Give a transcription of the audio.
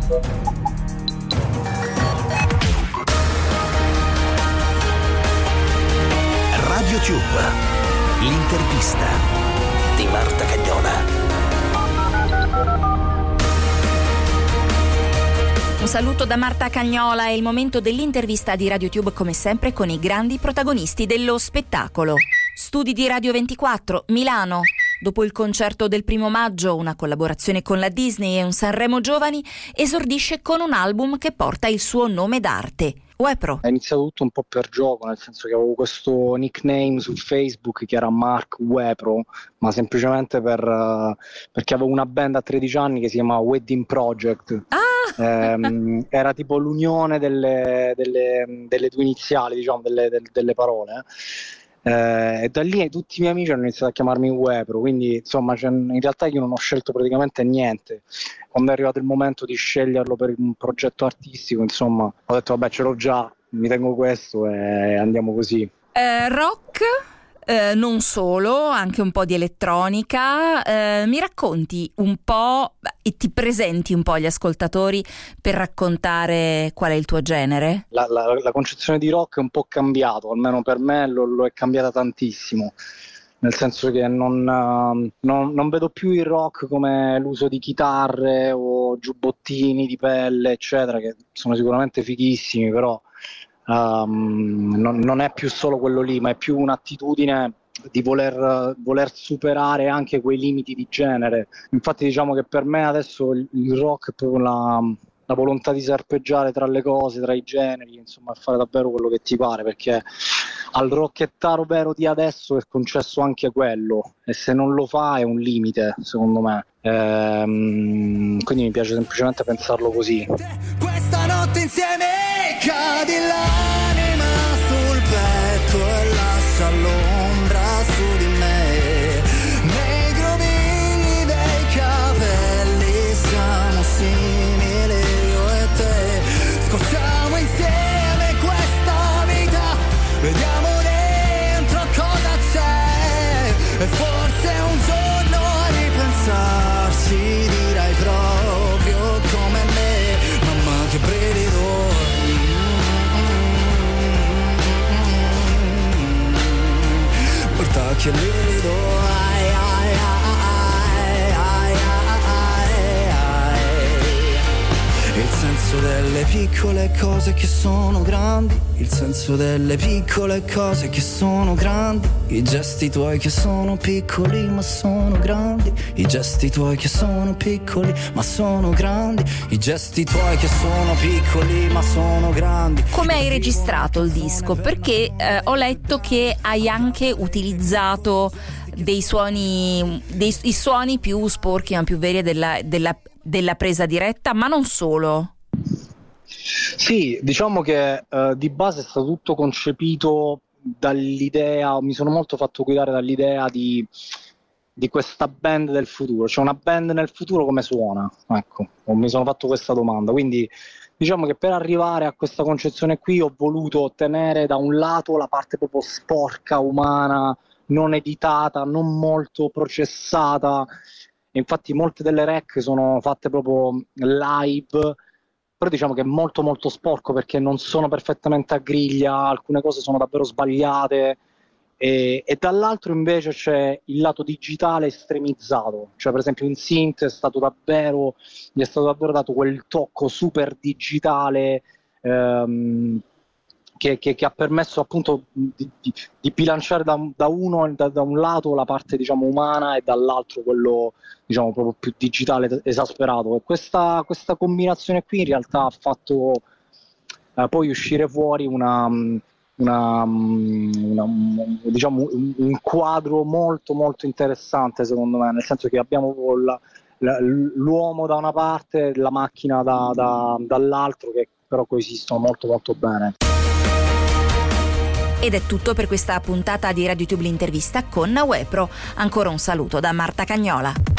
Radio Tube, l'intervista di Marta Cagnola. Un saluto da Marta Cagnola, è il momento dell'intervista di Radio Tube, come sempre con i grandi protagonisti dello spettacolo. Studi di Radio 24, Milano. Dopo il concerto del 1 maggio, una collaborazione con la Disney e un Sanremo Giovani, esordisce con un album che porta il suo nome d'arte. Wepro. È iniziato tutto un po' per gioco, nel senso che avevo questo nickname su Facebook che era Mark Wepro, ma semplicemente perché avevo una band a 13 anni che si chiamava Wedding Project. Era tipo l'unione delle due iniziali, diciamo, delle parole. E da lì tutti i miei amici hanno iniziato a chiamarmi Wepro, quindi insomma in realtà io non ho scelto praticamente niente. Quando è arrivato il momento di sceglierlo per un progetto artistico, insomma, ho detto vabbè, ce l'ho già, mi tengo questo e andiamo così. Rock, non solo, anche un po' di elettronica. Mi racconti un po' e ti presenti un po' agli ascoltatori per raccontare qual è il tuo genere? La concezione di rock è un po' cambiato, almeno per me lo è cambiata tantissimo. Nel senso che non vedo più il rock come l'uso di chitarre o giubbottini di pelle, eccetera, che sono sicuramente fighissimi, però non è più solo quello lì, ma è più un'attitudine di voler superare anche quei limiti di genere. Infatti diciamo che per me adesso il rock è proprio la volontà di serpeggiare tra le cose, tra i generi, insomma, fare davvero quello che ti pare, perché al rockettaro vero di adesso è concesso anche quello, e se non lo fa è un limite, secondo me. Quindi mi piace semplicemente pensarlo così. Questa notte insieme cadi l'anima sul petto e lascia l'ombra su di me. Nei grovigli dei capelli siamo simili io e te. Scorciamo insieme questa vita, vediamo dentro cosa c'è, e forse un giorno a ripensarci dirai proprio come me, mamma che brivido. Porta che brivido, ai ai ai ai ai ai. Il senso delle piccole cose che sono grandi, il senso delle piccole cose che sono grandi, i gesti tuoi che sono piccoli ma sono grandi, i gesti tuoi che sono piccoli ma sono grandi, i gesti tuoi che sono piccoli ma sono grandi. Come hai registrato il disco? Perché ho letto che hai anche utilizzato dei suoni, i suoni più sporchi ma più veri della presa diretta, ma non solo. Sì, diciamo che di base è stato tutto concepito dall'idea, mi sono molto fatto guidare dall'idea di questa band del futuro. Cioè, una band nel futuro come suona? Ecco, mi sono fatto questa domanda, quindi diciamo che per arrivare a questa concezione qui ho voluto ottenere da un lato la parte proprio sporca, umana, non editata, non molto processata. Infatti molte delle rec sono fatte proprio live, però diciamo che è molto molto sporco perché non sono perfettamente a griglia, alcune cose sono davvero sbagliate, e dall'altro invece c'è il lato digitale estremizzato. Cioè, per esempio, in synth gli è stato davvero dato quel tocco super digitale, che ha permesso appunto di bilanciare da un lato la parte, diciamo, umana, e dall'altro quello, diciamo, proprio più digitale esasperato. E questa combinazione qui in realtà ha fatto poi uscire fuori diciamo un quadro molto molto interessante, secondo me, nel senso che abbiamo l'uomo da una parte, la macchina dall'altro, che però coesistono molto molto bene. Ed è tutto per questa puntata di Radio Tube l'intervista con Wepro. Ancora un saluto da Marta Cagnola.